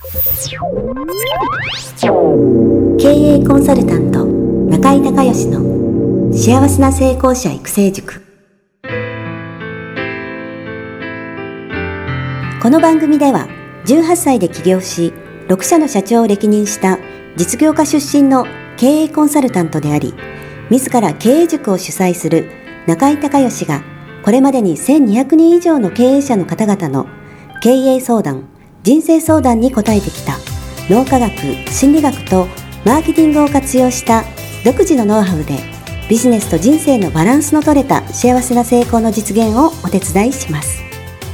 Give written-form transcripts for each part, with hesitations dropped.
経営コンサルタント中井孝義の幸せな成功者育成塾。この番組では18歳で起業し6社の社長を歴任した実業家出身の経営コンサルタントであり、自ら経営塾を主催する中井孝義がこれまでに1200人以上の経営者の方々の経営相談、人生相談に応えてきた脳科学、心理学とマーケティングを活用した独自のノウハウでビジネスと人生のバランスの取れた幸せな成功の実現をお手伝いします。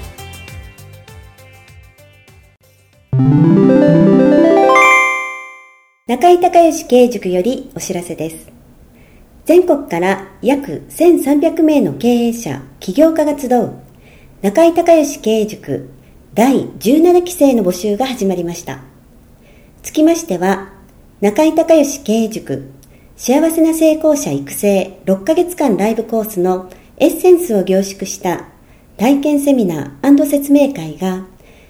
中井孝義経営塾よりお知らせです。全国から約1300名の経営者、起業家が集う中井孝義経営塾第17期生の募集が始まりました。つきましては、中井孝義経営塾幸せな成功者育成6ヶ月間ライブコースのエッセンスを凝縮した体験セミナー&説明会が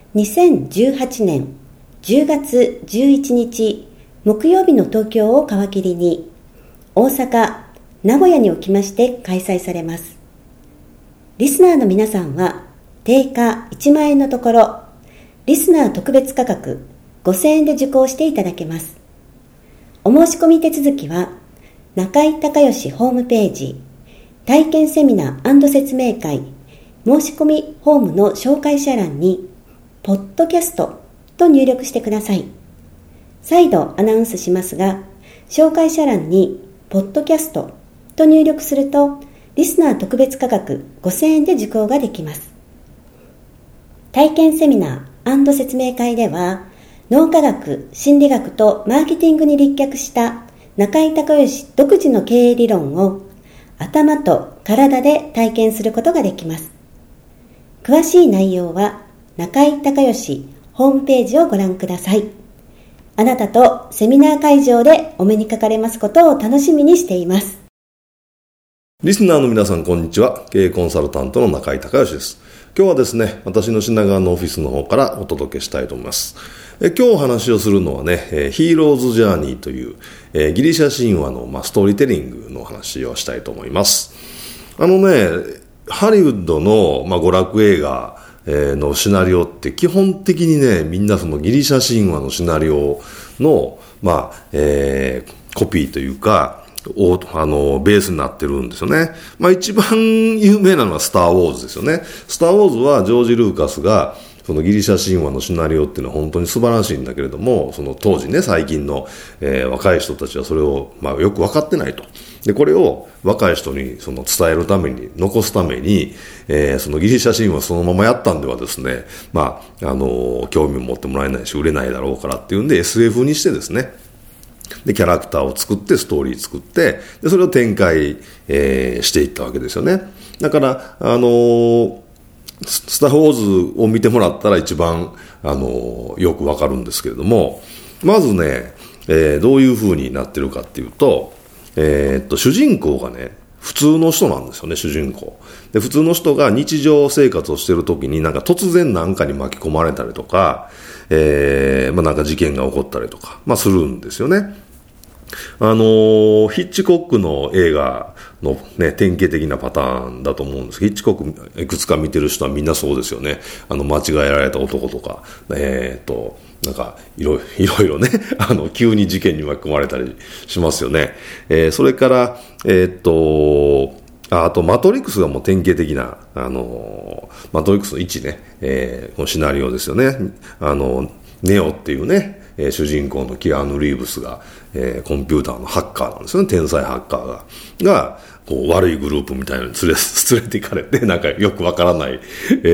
2018年10月11日木曜日の東京を皮切りに大阪、名古屋におきまして開催されます。リスナーの皆さんは定価1万円のところ、リスナー特別価格5000円で受講していただけます。お申し込み手続きは中井孝義ホームページ体験セミナー&説明会申し込みフォームの紹介者欄にポッドキャストと入力してください。再度アナウンスしますが、紹介者欄にポッドキャストと入力するとリスナー特別価格5000円で受講ができます。体験セミナー&説明会では脳科学、心理学とマーケティングに立脚した中井孝義独自の経営理論を頭と体で体験することができます。詳しい内容は中井孝義ホームページをご覧ください。あなたとセミナー会場でお目にかかれますことを楽しみにしています。 リスナーの皆さん、こんにちは。経営コンサルタントの中井孝義です。今日はですね、私の品川のオフィスの方からお届けしたいと思います。今日お話をするのはね、ヒーローズジャーニーという、ギリシャ神話の、ストーリーテリングの話をしたいと思います。ハリウッドの、娯楽映画のシナリオって基本的にね、みんなそのギリシャ神話のシナリオの、コピーというか、ベースになってるんですよね。一番有名なのはスター・ウォーズですよね。スター・ウォーズはジョージ・ルーカスがそのギリシャ神話のシナリオっていうのは本当に素晴らしいんだけれども、その当時ね、最近の、若い人たちはそれを、よく分かってないと。で、これを若い人にその伝えるために、残すために、そのギリシャ神話そのままやったんではですね、興味を持ってもらえないし、売れないだろうからっていうんで SF にしてですね、で、キャラクターを作って、ストーリー作って、で、それを展開、していったわけですよね。だから、スター・ウォーズを見てもらったら一番、よくわかるんですけれども、まずね、どういう風になってるかっていうと、主人公がね、普通の人なんですよね、主人公。で、普通の人が日常生活をしてるときに突然なんかに巻き込まれたりとか、事件が起こったりとか、するんですよね。ヒッチコックの映画のね、典型的なパターンだと思うんですけど、ヒッチコックいくつか見てる人はみんなそうですよね。間違えられた男とか、いろいろね、急に事件に巻き込まれたりしますよね。それから、あと、マトリックスがもう典型的な、マトリックスの1ね、このシナリオですよね。ネオっていうね、主人公のキアヌ・リーブスが、コンピューターのハッカーなんですよね。天才ハッカーがこう悪いグループみたいなのに連れて行かれて、よくわからない、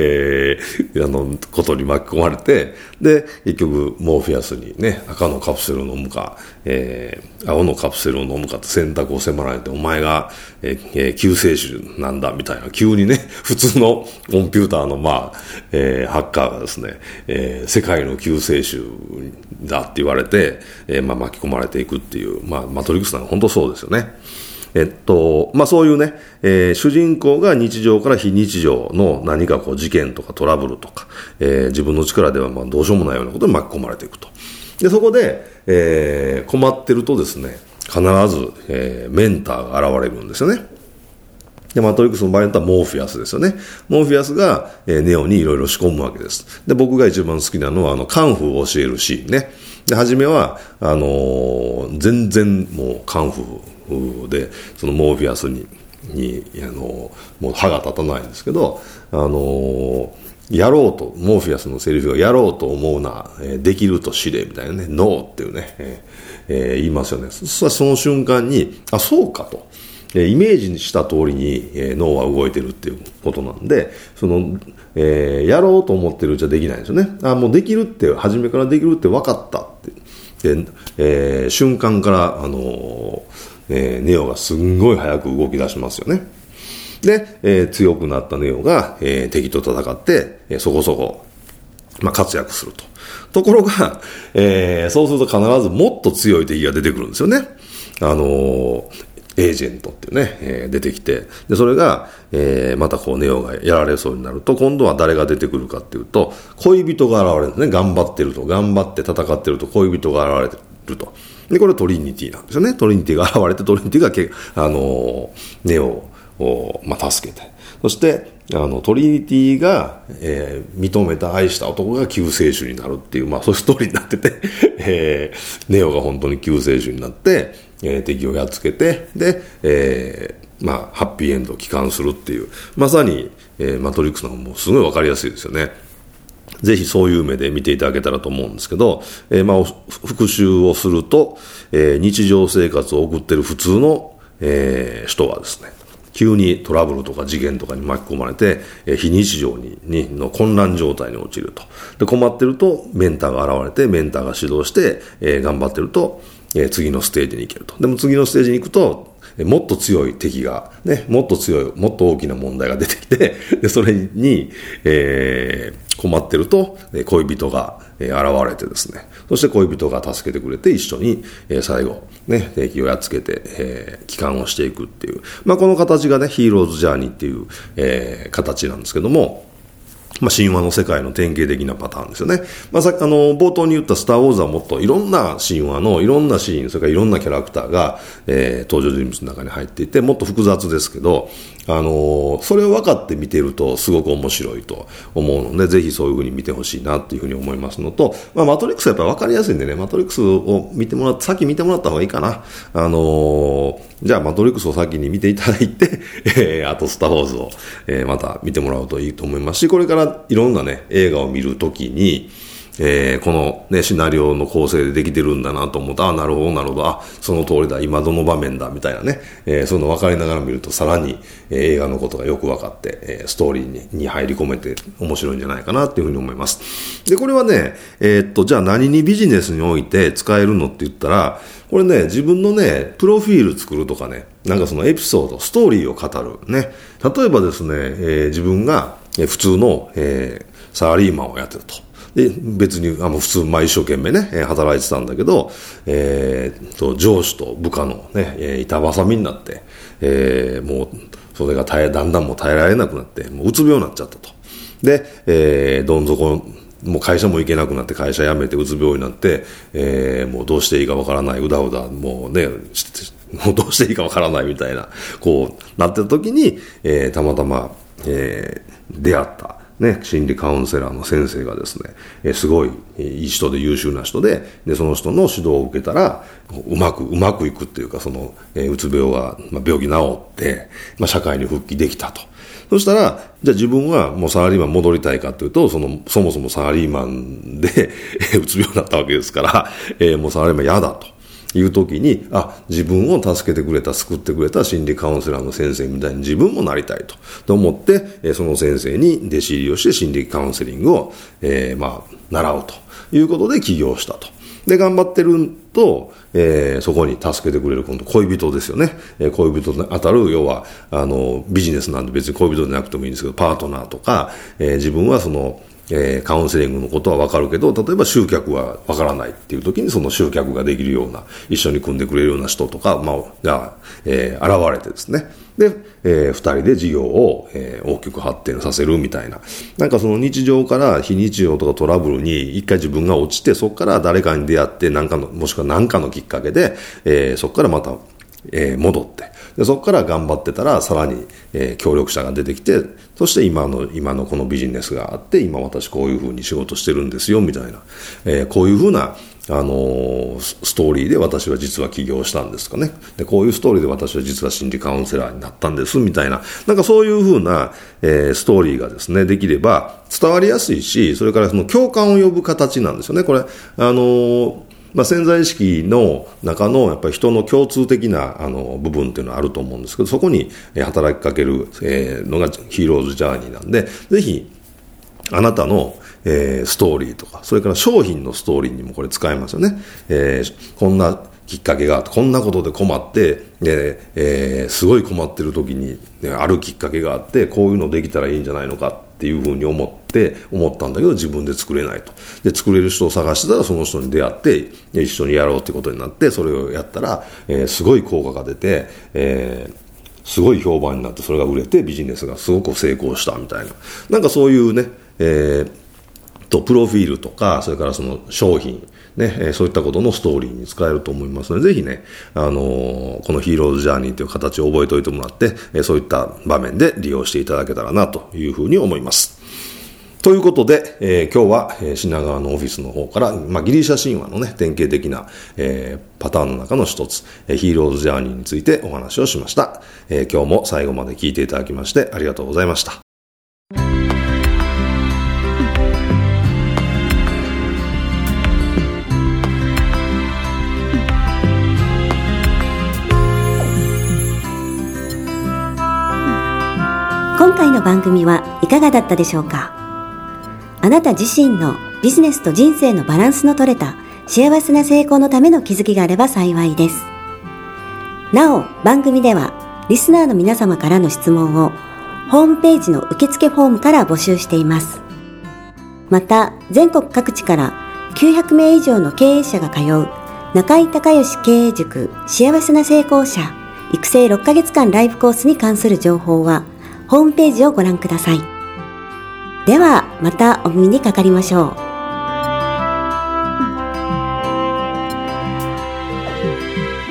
ことに巻き込まれて、で、結局、モーフィアスにね、赤のカプセルを飲むか、青のカプセルを飲むかって選択を迫られて、お前が、救世主なんだ、みたいな、急にね、普通のコンピューターの、ハッカーがですね、世界の救世主だって言われて、巻き込まれていくっていう、マトリックスなんか本当そうですよね。 そういうね、主人公が日常から非日常の何か事件とかトラブルとか、自分の力ではどうしようもないようなことに巻き込まれていくと。で、そこで、困ってるとですね、必ず、メンターが現れるんですよね。で、マトリックスの場合だったらモーフィアスですよね。モーフィアスが、ネオにいろいろ仕込むわけです。で、僕が一番好きなのは、カンフーを教えるシーンね。で、初めは、全然もうカンフーで、そのモーフィアスにもう歯が立たないんですけど、やろうと、モーフィアスのセリフがやろうと思うな、できると知れ、みたいなね、ノーっていうね、言いますよね。その瞬間に、あ、そうかと。イメージした通りに、脳は動いてるっていうことなんで、やろうと思ってるうちはできないんですよね。もうできるって、初めからできるって分かったって。で、瞬間から、ネオがすんごい早く動き出しますよね。で、強くなったネオが、敵と戦って、そこそこ、活躍すると。ところが、そうすると必ずもっと強い敵が出てくるんですよね。エージェントっていうね、出てきて、で、それが、またネオがやられそうになると、今度は誰が出てくるかっていうと、恋人が現れるんですね。頑張って戦ってると恋人が現れてると。で、これトリニティなんですよね。トリニティが現れて、トリニティがネオを、助けて。そして、トリニティが、認めた愛した男が救世主になるっていう、そういうストーリーになってて、ネオが本当に救世主になって、敵をやっつけて、で、ハッピーエンドを帰還するっていう、まさに、マトリックスの方もすごいわかりやすいですよね。ぜひそういう目で見ていただけたらと思うんですけど、復習をすると、日常生活を送っている普通の、人はですね、急にトラブルとか事件とかに巻き込まれて、非日常の混乱状態に陥ると。で、困ってるとメンターが現れて、メンターが指導して、頑張ってると、次のステージに行けると。でも次のステージに行くと、もっと強い敵が、ね、もっと大きな問題が出てきて、で、それに、困ってると、恋人が、現れてですね、そして恋人が助けてくれて一緒に、最後、ね、敵をやっつけて、帰還をしていくっていう、この形がね、ヒーローズジャーニーっていう、形なんですけども、神話の世界の典型的なパターンですよね。冒頭に言ったスターウォーズはもっといろんな神話のいろんなシーン、それからいろんなキャラクターが、登場人物の中に入っていて、もっと複雑ですけど、それを分かって見てるとすごく面白いと思うので、ぜひそういう風に見てほしいなっていう風に思いますのと、マトリックスはやっぱり分かりやすいんでね、マトリックスを先見てもらった方がいいかな。じゃあマトリックスを先に見ていただいて、あとスターウォーズを、また見てもらうといいと思いますし、これからいろんなね、映画を見るときに、このね、シナリオの構成でできてるんだなと思うと、なるほど、その通りだ、今どの場面だ、みたいなね、そういうの分かりながら見ると、さらに、映画のことがよく分かって、ストーリーに入り込めて面白いんじゃないかなっていうふうに思います。で、これはね、じゃあ何にビジネスにおいて使えるのって言ったら、これね、自分のね、プロフィール作るとかね、なんかそのエピソード、ストーリーを語る。ね。例えばですね、自分が普通の、サラリーマンをやってると。で、別に、普通、一生懸命ね、働いてたんだけど、上司と部下のね、板挟みになって、もう、それがだんだんもう耐えられなくなって、もううつ病になっちゃったと。で、どん底、もう会社も行けなくなって会社辞めてうつ病になって、もうどうしていいかわからない、もうね、もうどうしていいかわからないみたいな、こう、なってた時に、たまたま、出会った、ね、心理カウンセラーの先生がですね、すごいいい人で優秀な人で、その人の指導を受けたら、うまくいくっていうか、うつ病が、病気治って、社会に復帰できたと。そしたら、じゃあ自分はもうサラリーマン戻りたいかというと、そもそもサラリーマンでうつ病になったわけですから、もうサラリーマン嫌だと。いう時に、自分を助けてくれた、救ってくれた心理カウンセラーの先生みたいに自分もなりたいと思って、その先生に弟子入りをして心理カウンセリングを、習うということで起業したと。で、頑張ってると、そこに助けてくれる今度恋人ですよね。恋人に当たる、要は、ビジネスなんで別に恋人でなくてもいいんですけど、パートナーとか、自分はカウンセリングのことは分かるけど、例えば集客は分からないっていう時にその集客ができるような、一緒に組んでくれるような人とか、が、現れてですね。で、二人で事業を、大きく発展させるみたいな。なんかその日常から非日常とかトラブルに一回自分が落ちて、そこから誰かに出会って、もしくは何かのきっかけで、そこからまた、戻って、でそこから頑張ってたらさらに、協力者が出てきて、そして今のこのビジネスがあって、今私こういうふうに仕事してるんですよみたいな、こういうふうなストーリーで私は実は起業したんですかね。でこういうストーリーで私は実は心理カウンセラーになったんですみたいな、なんかそういうふうな、ストーリーがですねできれば伝わりやすいし、それからその共感を呼ぶ形なんですよね。これ潜在意識の中のやっぱり人の共通的な部分っていうのはあると思うんですけど、そこに働きかけるのがヒーローズジャーニーなんで、ぜひあなたのストーリーとか、それから商品のストーリーにもこれ使えますよね。こんなきっかけがあって、こんなことで困って、すごい困ってる時に、あるきっかけがあって、こういうのできたらいいんじゃないのかっていうふうに思ったんだけど、自分で作れないと。で、作れる人を探してたら、その人に出会って、一緒にやろうってことになって、それをやったら、すごい効果が出て、すごい評判になって、それが売れて、ビジネスがすごく成功したみたいな。なんかそういうね、プロフィールとか、それからその商品、ね、そういったことのストーリーに使えると思いますので、ぜひね、このヒーローズジャーニーという形を覚えておいてもらって、そういった場面で利用していただけたらなというふうに思います。ということで、今日は品川のオフィスの方から、ギリシャ神話のね、典型的な、パターンの中の一つ、ヒーローズジャーニーについてお話をしました。今日も最後まで聞いていただきましてありがとうございました。 今回の番組はいかがだったでしょうか。あなた自身のビジネスと人生のバランスの取れた幸せな成功のための気づきがあれば幸いです。なお、番組ではリスナーの皆様からの質問をホームページの受付フォームから募集しています。また、全国各地から900名以上の経営者が通う中井孝義経営塾幸せな成功者育成6ヶ月間ライブコースに関する情報はホームページをご覧ください。ではまたお耳にかかりましょう。